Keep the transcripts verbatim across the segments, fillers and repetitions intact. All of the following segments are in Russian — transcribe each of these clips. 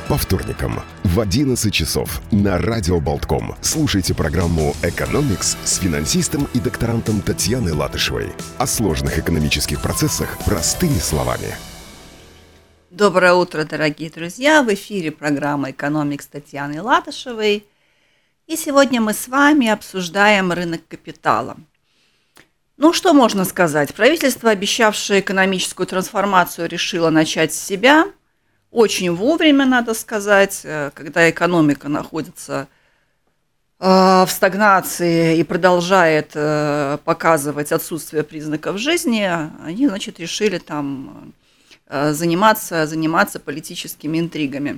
По вторникам в одиннадцать часов на Радио Болтком слушайте программу «Экономикс» с финансистом и докторантом Татьяной Латышевой. О сложных экономических процессах простыми словами. Доброе утро, дорогие друзья! В эфире программа «Экономикс» с Татьяной Латышевой. И сегодня мы с вами обсуждаем рынок капитала. Ну, что можно сказать? Правительство, обещавшее экономическую трансформацию, решило начать с себя. Очень вовремя, надо сказать, когда экономика находится в стагнации и продолжает показывать отсутствие признаков жизни, они, значит, решили там заниматься, заниматься политическими интригами.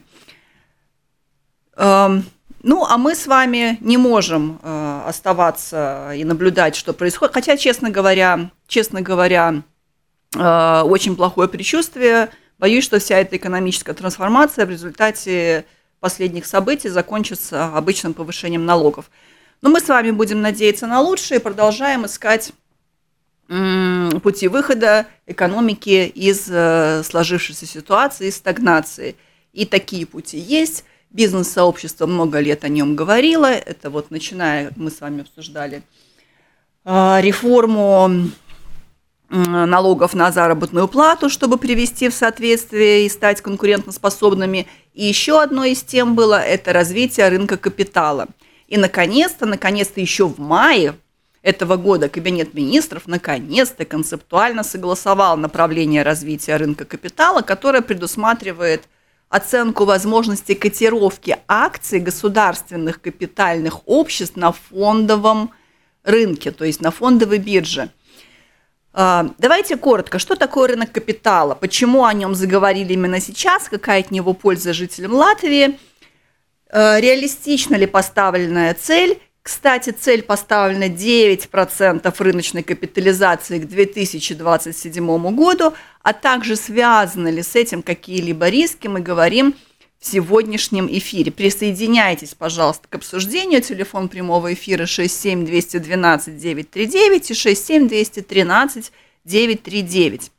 Ну, а мы с вами не можем оставаться и наблюдать, что происходит. Хотя, честно говоря, честно говоря, очень плохое предчувствие. Боюсь, что вся эта экономическая трансформация в результате последних событий закончится обычным повышением налогов. Но мы с вами будем надеяться на лучшее и продолжаем искать м- пути выхода экономики из э, сложившейся ситуации, из стагнации. И такие пути есть. Бизнес-сообщество много лет о нем говорило. Это вот начиная, мы с вами обсуждали э, реформу налогов на заработную плату, чтобы привести в соответствие и стать конкурентоспособными. И еще одной из тем было – это развитие рынка капитала. И, наконец-то, наконец-то еще в мае этого года Кабинет министров наконец-то концептуально согласовал направление развития рынка капитала, которое предусматривает оценку возможности котировки акций государственных капитальных обществ на фондовом рынке, то есть на фондовой бирже. Давайте коротко, что такое рынок капитала, почему о нем заговорили именно сейчас, какая от него польза жителям Латвии, реалистична ли поставленная цель. Кстати, цель поставлена девять процентов рыночной капитализации к две тысячи двадцать седьмому году, а также связаны ли с этим какие-либо риски, мы говорим в сегодняшнем эфире. Присоединяйтесь, пожалуйста, к обсуждению. Телефон прямого эфира шесть семь два один два девять три девять и шесть семь два один три девять три девять.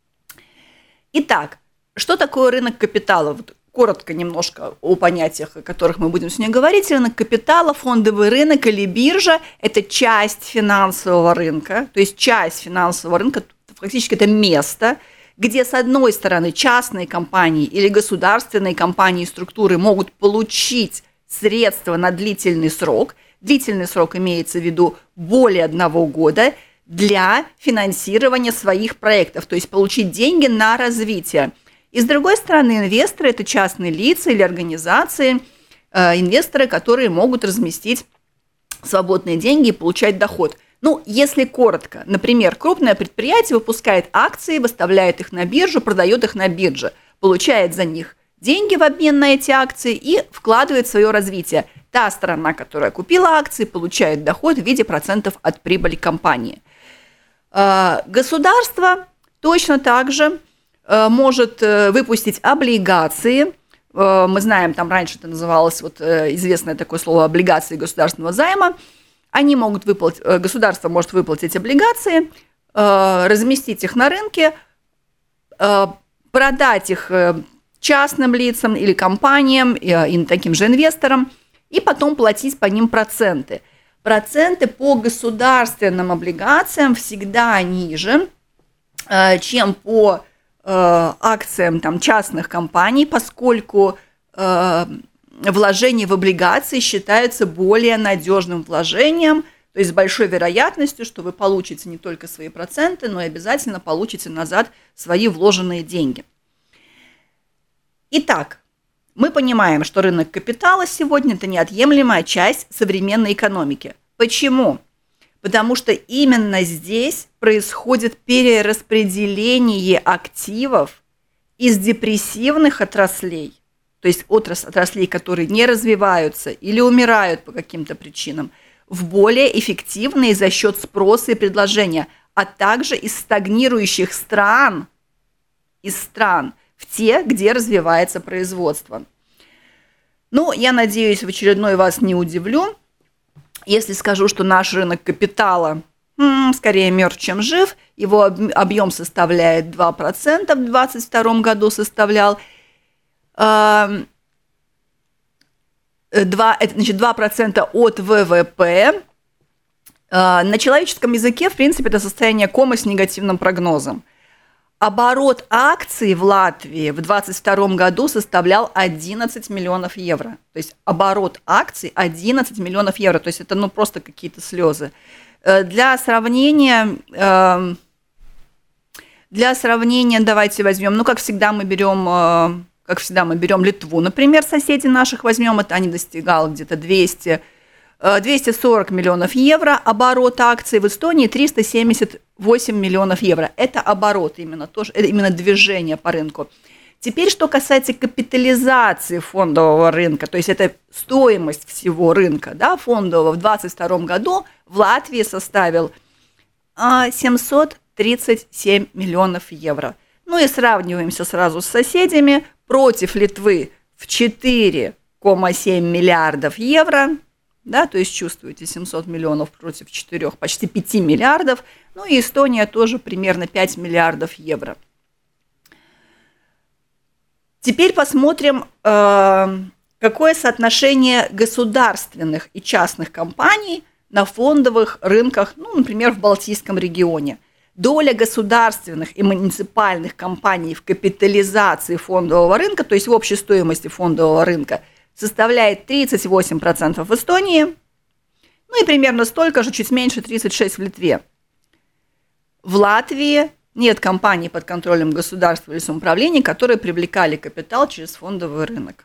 Итак, что такое рынок капитала? Вот коротко немножко о понятиях, о которых мы будем сегодня говорить. Рынок капитала, фондовый рынок или биржа – это часть финансового рынка, то есть часть финансового рынка, фактически это место, где, с одной стороны, частные компании или государственные компании и структуры могут получить средства на длительный срок, длительный срок имеется в виду более одного года, для финансирования своих проектов, то есть получить деньги на развитие. И, с другой стороны, инвесторы – это частные лица или организации, э, инвесторы, которые могут разместить свободные деньги и получать доход. Ну, если коротко, например, крупное предприятие выпускает акции, выставляет их на биржу, продает их на бирже, получает за них деньги в обмен на эти акции и вкладывает в свое развитие. Та сторона, которая купила акции, получает доход в виде процентов от прибыли компании. Государство точно так же может выпустить облигации. Мы знаем, там раньше это называлось, вот известное такое слово, облигации государственного займа. Они могут выплатить, государство может выплатить облигации, разместить их на рынке, продать их частным лицам или компаниям, и таким же инвесторам, и потом платить по ним проценты. Проценты по государственным облигациям всегда ниже, чем по акциям там, частных компаний, поскольку вложение в облигации считается более надежным вложением, то есть с большой вероятностью, что вы получите не только свои проценты, но и обязательно получите назад свои вложенные деньги. Итак, мы понимаем, что рынок капитала сегодня – это неотъемлемая часть современной экономики. Почему? Потому что именно здесь происходит перераспределение активов из депрессивных отраслей, то есть отраслей, которые не развиваются или умирают по каким-то причинам, в более эффективные за счет спроса и предложения, а также из стагнирующих стран, из стран в те, где развивается производство. Ну, я надеюсь, в очередной вас не удивлю, если скажу, что наш рынок капитала м, скорее мертв, чем жив, его объем составляет два процента, в две тысячи двадцать втором году составлял. два, это, значит, два процента от ВВП. На человеческом языке, в принципе, это состояние комы с негативным прогнозом. Оборот акций в Латвии в двадцать втором году составлял одиннадцать миллионов евро. То есть оборот акций одиннадцать миллионов евро. То есть это ну, просто какие-то слезы. Для сравнения, для сравнения давайте возьмем, ну, как всегда мы берем, как всегда мы берем Литву, например, соседей наших возьмем, это они достигали где-то двести, двести сорок миллионов евро, оборот акций в Эстонии триста семьдесят восемь миллионов евро. Это оборот именно, тоже, это именно движение по рынку. Теперь, что касается капитализации фондового рынка, то есть это стоимость всего рынка, да, фондового в двадцать втором году в Латвии составил семьсот тридцать семь миллионов евро. Ну и сравниваемся сразу с соседями. Против Литвы в четыре целых семь десятых миллиардов евро. Да, то есть чувствуете, семьсот миллионов против четырёх, почти пяти миллиардов. Ну и Эстония тоже примерно пять миллиардов евро. Теперь посмотрим, какое соотношение государственных и частных компаний на фондовых рынках, ну, например, в Балтийском регионе. Доля государственных и муниципальных компаний в капитализации фондового рынка, то есть в общей стоимости фондового рынка, составляет тридцать восемь процентов в Эстонии, ну и примерно столько же, чуть меньше, тридцать шесть процентов в Литве. В Латвии нет компаний под контролем государства или самоуправления, которые привлекали капитал через фондовый рынок.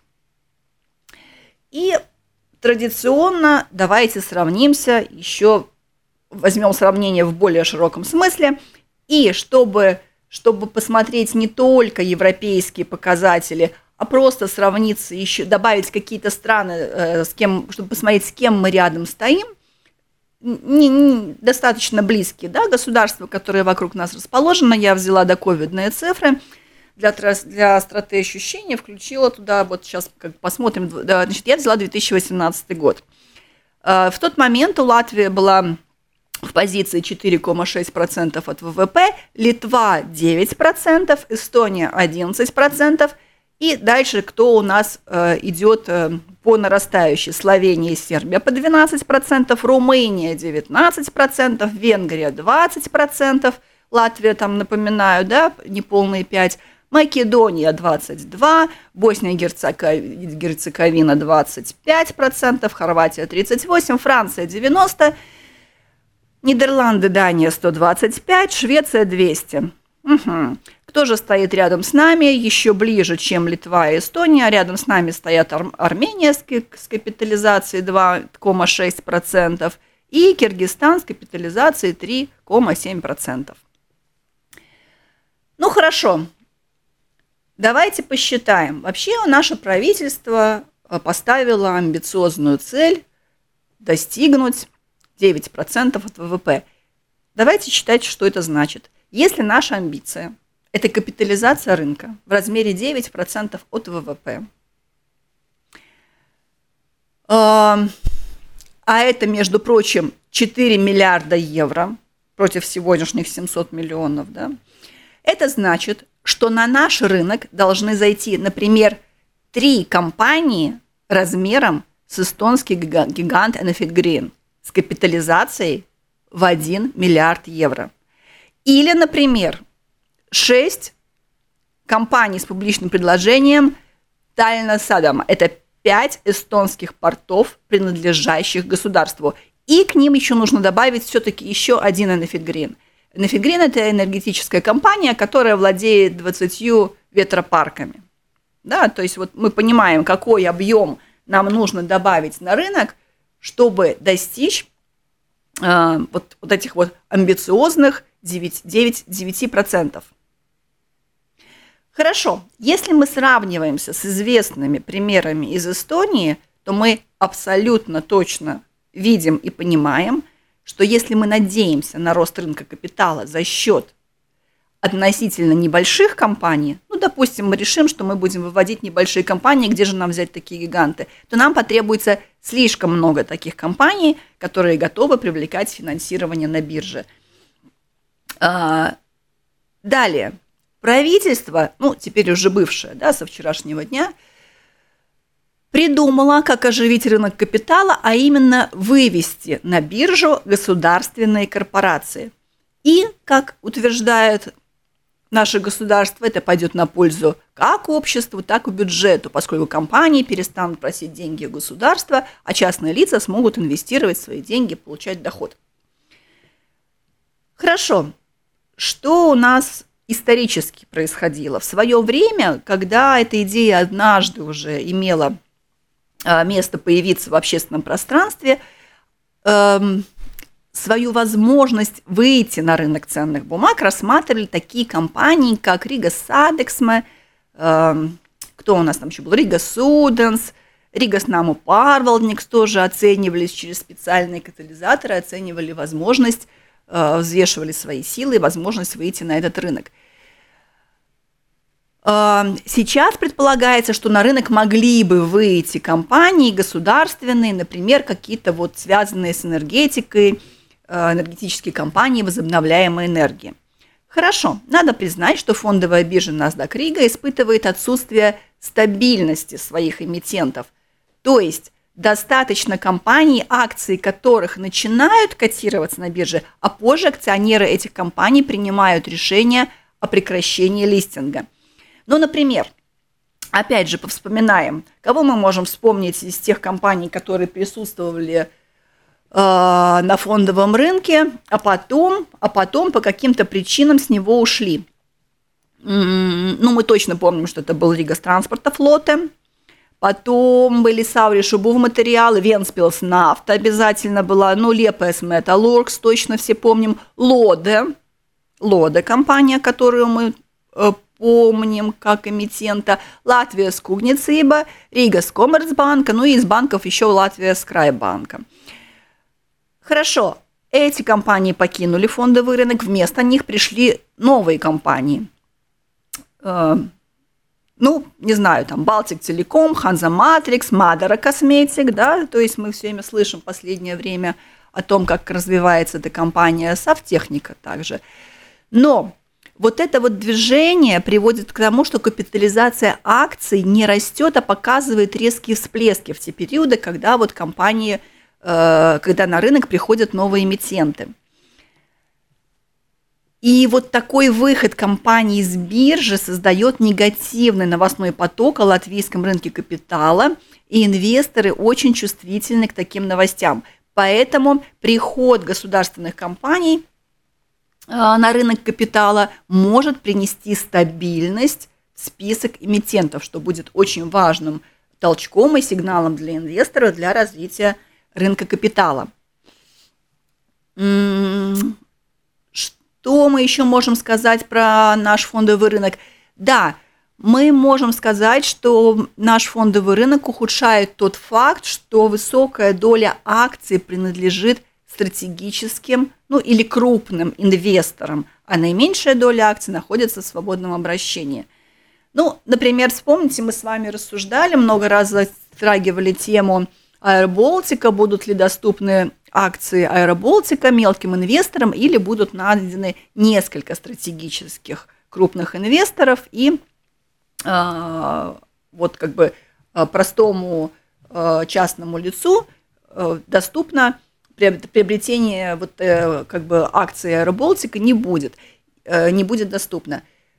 И традиционно давайте сравнимся еще, возьмем сравнение в более широком смысле, и чтобы, чтобы посмотреть не только европейские показатели, а просто сравниться, еще добавить какие-то страны, э, с кем, чтобы посмотреть, с кем мы рядом стоим, не, не, достаточно близкие, да, государства, которые вокруг нас расположены. Я взяла доковидные цифры для, для остроты ощущения, включила туда, вот сейчас как посмотрим, да, значит, я взяла две тысячи восемнадцатый год. Э, в тот момент у Латвии была в позиции четыре целых шесть десятых процента от ВВП, Литва девять процентов, Эстония одиннадцать процентов. И дальше, кто у нас э, идет э, по нарастающей: Словения и Сербия по двенадцать процентов, Румыния девятнадцать процентов, Венгрия двадцать процентов, Латвия, там, напоминаю, да, неполные пять процентов, Македония двадцать два процента, Босния и Герцеговина двадцать пять процентов, Хорватия тридцать восемь процентов, Франция девяносто процентов, Нидерланды, Дания сто двадцать пять процентов, Швеция двести процентов. Угу. Кто же стоит рядом с нами, еще ближе, чем Литва и Эстония? Рядом с нами стоят Ар- Армения с, с капитализацией два целых шесть десятых процента и Киргизстан с капитализацией три целых семь десятых процента. Ну хорошо, давайте посчитаем. Вообще наше правительство поставило амбициозную цель достигнуть девять процентов от ВВП. Давайте считать, что это значит. Если наша амбиция – это капитализация рынка в размере девять процентов от ВВП, а это, между прочим, четыре миллиарда евро против сегодняшних семьсот миллионов, да, это значит, что на наш рынок должны зайти, например, три компании размером с эстонский гигант Enefit Green с капитализацией в один миллиард евро. Или, например, шесть компаний с публичным предложением Tallinna Sadama. Это пять эстонских портов, принадлежащих государству. И к ним еще нужно добавить все-таки еще один Enefit Green. Enefit Green – это энергетическая компания, которая владеет двадцатью ветропарками. Да, то есть вот мы понимаем, какой объем нам нужно добавить на рынок, чтобы достичь э, вот, вот этих вот амбициозных девять процентов. Хорошо, если мы сравниваемся с известными примерами из Эстонии, то мы абсолютно точно видим и понимаем, что если мы надеемся на рост рынка капитала за счет относительно небольших компаний, ну, допустим, мы решим, что мы будем выводить небольшие компании, где же нам взять такие гиганты, то нам потребуется слишком много таких компаний, которые готовы привлекать финансирование на бирже. Далее, правительство, ну, теперь уже бывшее, да, со вчерашнего дня, придумала, как оживить рынок капитала, а именно вывести на биржу государственные корпорации. И, как утверждает наше государство, это пойдет на пользу как обществу, так и бюджету, поскольку компании перестанут просить деньги у государства, а частные лица смогут инвестировать свои деньги, получать доход. Хорошо. Что у нас исторически происходило? В свое время, когда эта идея однажды уже имела место появиться в общественном пространстве, эм, свою возможность выйти на рынок ценных бумаг рассматривали такие компании, как Рига Садексме, э, кто у нас там еще был, Рига Суденс, Рига Снаму Парвалдникс тоже оценивались через специальные катализаторы, оценивали возможность, э, взвешивали свои силы и возможность выйти на этот рынок. Сейчас предполагается, что на рынок могли бы выйти компании государственные, например, какие-то вот связанные с энергетикой, энергетические компании возобновляемой энергии. Хорошо, надо признать, что фондовая биржа NASDAQ Рига испытывает отсутствие стабильности своих эмитентов. То есть достаточно компаний, акции которых начинают котироваться на бирже, а позже акционеры этих компаний принимают решение о прекращении листинга. Ну, например, опять же, повспоминаем, кого мы можем вспомнить из тех компаний, которые присутствовали э, на фондовом рынке, а потом, а потом по каким-то причинам с него ушли. Mm-hmm. Ну, мы точно помним, что это был Рига Транспорта Флоте, потом были Саури Шубув-материалы, Венспилс Нафта обязательно была, ну, Лепес Металлургс, точно все помним, Лоде, Лоде компания, которую мы э, помним как эмитента, Латвия Скугнициба, Рига Скоммерцбанка, ну и из банков еще Латвия Скрайбанка. Хорошо, эти компании покинули фондовый рынок, вместо них пришли новые компании. Э, ну, не знаю, там Балтик Телеком, Ханза Матрикс, Мадара Косметик, да, то есть мы все время слышим в последнее время о том, как развивается эта компания, Савтехника также. Но вот это вот движение приводит к тому, что капитализация акций не растет, а показывает резкие всплески в те периоды, когда вот компании, когда на рынок приходят новые эмитенты. И вот такой выход компаний с биржи создает негативный новостной поток о латвийском рынке капитала, и инвесторы очень чувствительны к таким новостям. Поэтому приход государственных компаний на рынок капитала может принести стабильность в список эмитентов, что будет очень важным толчком и сигналом для инвесторов для развития рынка капитала. Что мы еще можем сказать про наш фондовый рынок? Да, мы можем сказать, что наш фондовый рынок ухудшает тот факт, что высокая доля акций принадлежит стратегическим, ну или крупным инвесторам, а наименьшая доля акций находится в свободном обращении. Ну, например, вспомните, мы с вами рассуждали, много раз затрагивали тему Аэроболтика, будут ли доступны акции Аэроболтика мелким инвесторам или будут найдены несколько стратегических крупных инвесторов и э, вот как бы простому э, частному лицу э, доступно приобретение вот, э, как бы акций Аэроболтика не будет, э, не будет доступно.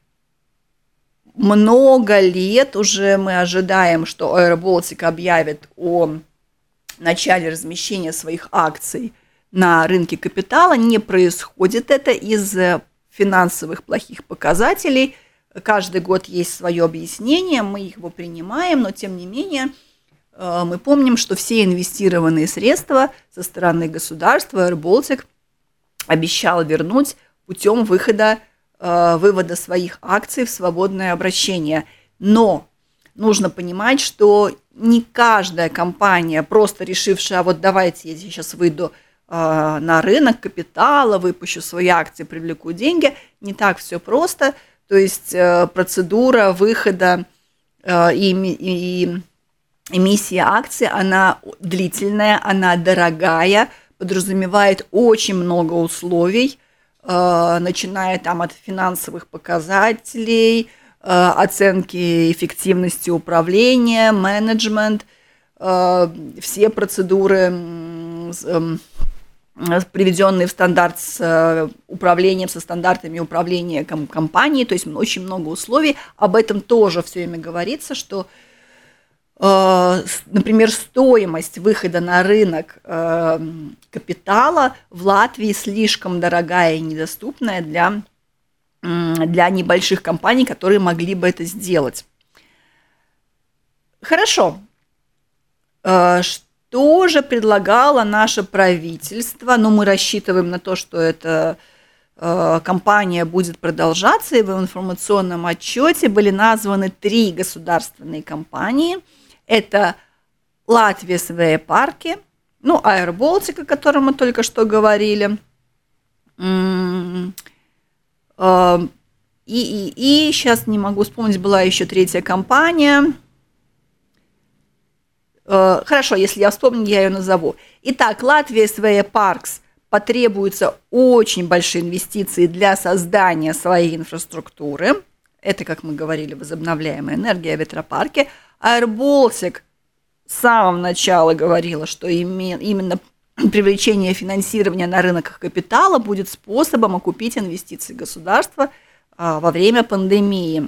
Много лет уже мы ожидаем, что Аэроболтика объявит о начале размещения своих акций на рынке капитала. Не происходит это из-за финансовых плохих показателей. Каждый год есть свое объяснение, мы его принимаем, но тем не менее мы помним, что все инвестированные средства со стороны государства Airbaltic обещал вернуть путем выхода, вывода своих акций в свободное обращение. Но нужно понимать, что не каждая компания, просто решившая, а вот давайте я сейчас выйду на рынок капитала, выпущу свои акции, привлеку деньги, не так все просто. То есть процедура выхода и, и эмиссия акций, она длительная, она дорогая, подразумевает очень много условий, начиная там от финансовых показателей, оценки эффективности управления, менеджмент, все процедуры, приведенные в стандарт с управлением, со стандартами управления компанией, то есть очень много условий. Об этом тоже все время говорится, что, например, стоимость выхода на рынок капитала в Латвии слишком дорогая и недоступная для, для небольших компаний, которые могли бы это сделать. Хорошо. Что же предлагало наше правительство? Ну, мы рассчитываем на то, что эта э, кампания будет продолжаться, и в информационном отчете были названы три государственные компании. Это Латвия Свея Парки, ну, Air Baltic, о котором мы только что говорили, и, и, и сейчас не могу вспомнить, была еще третья компания. Хорошо, если я вспомню, я ее назову. Итак, Латвия Свея Паркс потребуются очень большие инвестиции для создания своей инфраструктуры. Это, как мы говорили, возобновляемая энергия, ветропарки. Air Baltic с самого начала говорила, что именно привлечение финансирования на рынок капитала будет способом окупить инвестиции государства во время пандемии.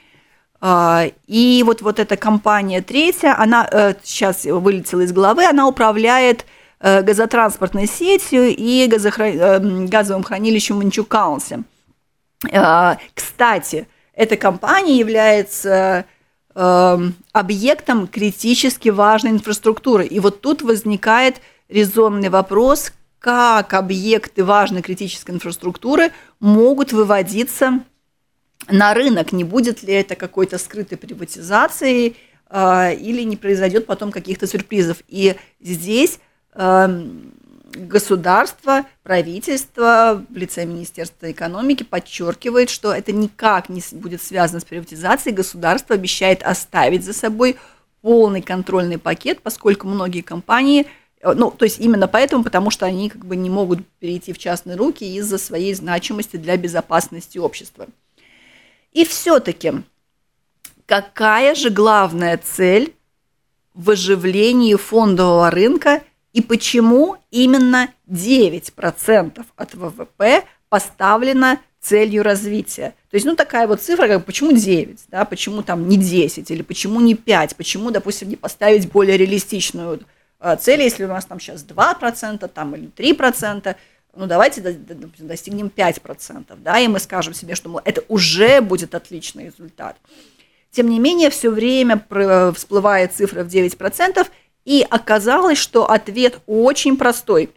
И вот, вот эта компания третья, она сейчас вылетела из головы, она управляет газотранспортной сетью и газохра... газовым хранилищем в Инчукалнсе. Кстати, эта компания является объектом критически важной инфраструктуры. И вот тут возникает резонный вопрос, как объекты важной критической инфраструктуры могут выводиться на рынок, не будет ли это какой-то скрытой приватизацией э, или не произойдет потом каких-то сюрпризов. И здесь э, государство, правительство в лице Министерства экономики подчеркивает, что это никак не будет связано с приватизацией. Государство обещает оставить за собой полный контрольный пакет, поскольку многие компании, ну, то есть именно поэтому, потому что они как бы не могут перейти в частные руки из-за своей значимости для безопасности общества. И все-таки, какая же главная цель в оживлении фондового рынка и почему именно девять процентов от ВВП поставлена целью развития? То есть, ну, такая вот цифра, как почему девять, да, почему там не десять или почему не пять, почему, допустим, не поставить более реалистичную цель, если у нас там сейчас два процента там, или три процента, ну, давайте достигнем пять процентов, да, и мы скажем себе, что мол, это уже будет отличный результат. Тем не менее, все время всплывает цифра в девять процентов, и оказалось, что ответ очень простой.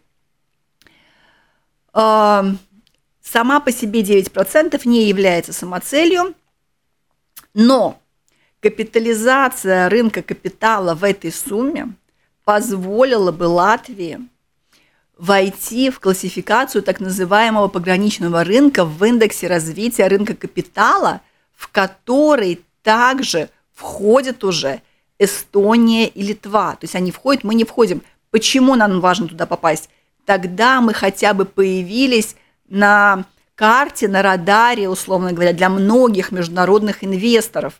Сама по себе девять процентов не является самоцелью, но капитализация рынка капитала в этой сумме позволила бы Латвии войти в классификацию так называемого пограничного рынка в индексе развития рынка капитала, в который также входят уже Эстония и Литва. То есть они входят, мы не входим. Почему нам важно туда попасть? Тогда мы хотя бы появились на карте, на радаре, условно говоря, для многих международных инвесторов.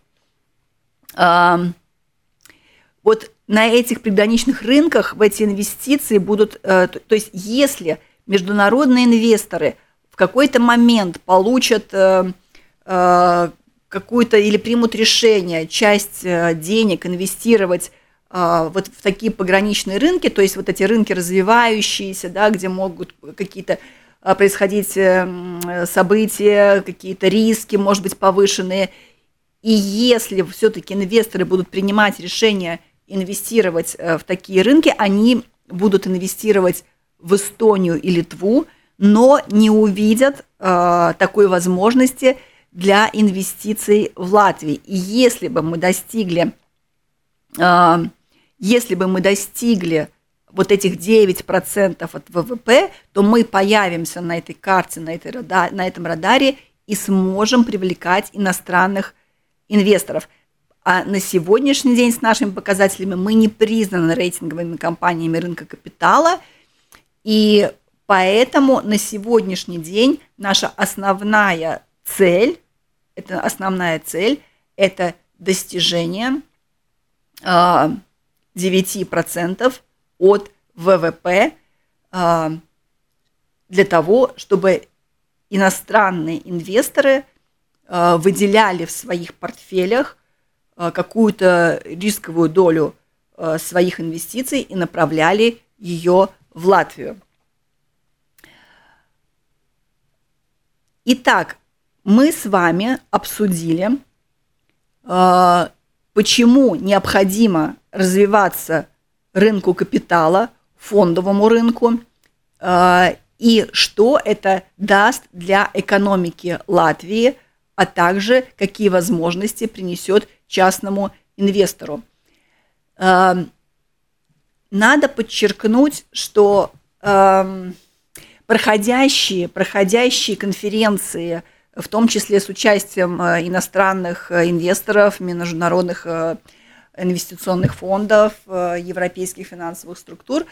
Вот на этих приграничных рынках в эти инвестиции будут, то есть если международные инвесторы в какой-то момент получат какую-то или примут решение часть денег инвестировать вот в такие пограничные рынки, то есть вот эти рынки развивающиеся, да, где могут какие-то происходить события, какие-то риски, может быть, повышенные, и если все-таки инвесторы будут принимать решение инвестировать в такие рынки, они будут инвестировать в Эстонию и Литву, но не увидят э, такой возможности для инвестиций в Латвии. И если бы мы достигли, э, если бы мы достигли вот этих девять процентов от ВВП, то мы появимся на этой карте, на, этой радар, на этом радаре и сможем привлекать иностранных инвесторов. А на сегодняшний день с нашими показателями мы не признаны рейтинговыми компаниями рынка капитала, и поэтому на сегодняшний день наша основная цель, это основная цель, это достижение э, девять процентов от вэ вэ пэ для того, чтобы иностранные инвесторы выделяли в своих портфелях какую-то рисковую долю своих инвестиций и направляли ее в Латвию. Итак, мы с вами обсудили, почему необходимо развиваться рынку капитала, фондовому рынку, и что это даст для экономики Латвии, а также какие возможности принесет частному инвестору. Надо подчеркнуть, что проходящие, проходящие конференции, в том числе с участием иностранных инвесторов, международных инвестиционных фондов, европейских финансовых структур,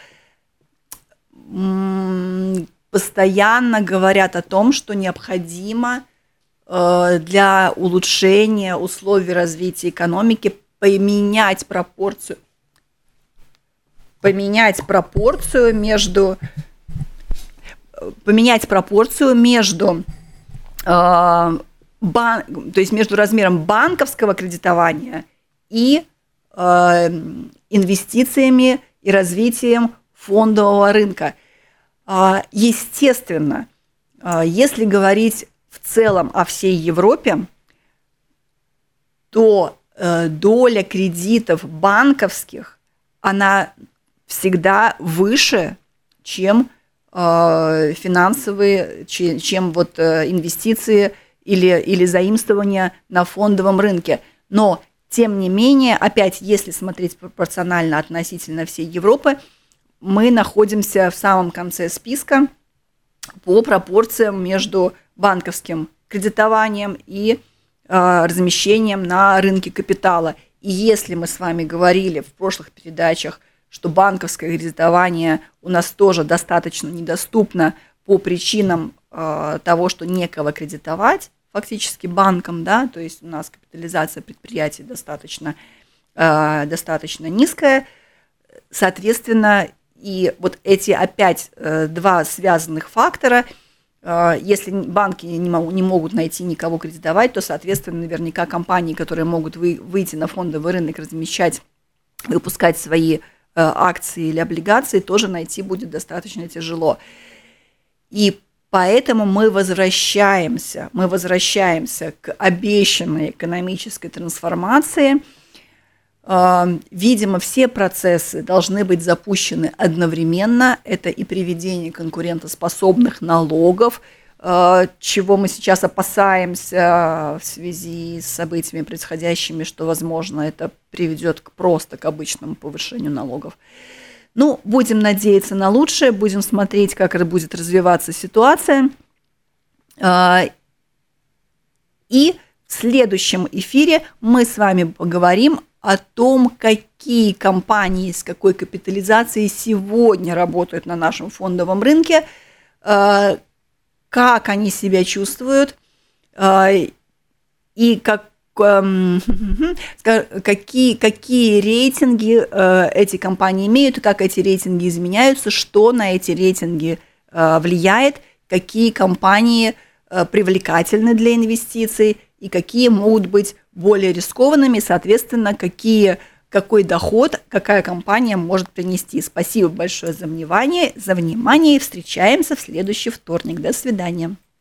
постоянно говорят о том, что необходимо для улучшения условий развития экономики поменять пропорцию, поменять пропорцию между, поменять пропорцию между, э, бан, то есть между размером банковского кредитования и э, инвестициями и развитием фондового рынка. Э, естественно, э, если говорить в целом о всей Европе, то э, доля кредитов банковских, она всегда выше, чем э, финансовые, чем, чем вот, э, инвестиции или, или заимствования на фондовом рынке. Но, тем не менее, опять, если смотреть пропорционально относительно всей Европы, мы находимся в самом конце списка по пропорциям между банковским кредитованием и э, размещением на рынке капитала. И если мы с вами говорили в прошлых передачах, что банковское кредитование у нас тоже достаточно недоступно по причинам э, того, что некого кредитовать фактически банкам, да, то есть у нас капитализация предприятий достаточно, э, достаточно низкая, соответственно, и вот эти опять э, два связанных фактора, э, если банки не, могу, не могут найти никого кредитовать, то, соответственно, наверняка компании, которые могут вы, выйти на фондовый рынок, размещать, выпускать свои акции или облигации, тоже найти будет достаточно тяжело. И поэтому мы возвращаемся, мы возвращаемся к обещанной экономической трансформации. Видимо, все процессы должны быть запущены одновременно. Это и приведение конкурентоспособных налогов, чего мы сейчас опасаемся в связи с событиями происходящими, что, возможно, это приведет к просто к обычному повышению налогов. Ну, будем надеяться на лучшее, будем смотреть, как это будет развиваться ситуация. И в следующем эфире мы с вами поговорим о том, какие компании с какой капитализацией сегодня работают на нашем фондовом рынке, как они себя чувствуют и как, какие, какие рейтинги эти компании имеют, и как эти рейтинги изменяются, что на эти рейтинги влияет, какие компании привлекательны для инвестиций и какие могут быть более рискованными, соответственно, какие, какой доход какая компания может принести. Спасибо большое за внимание, за внимание и встречаемся в следующий вторник. До свидания.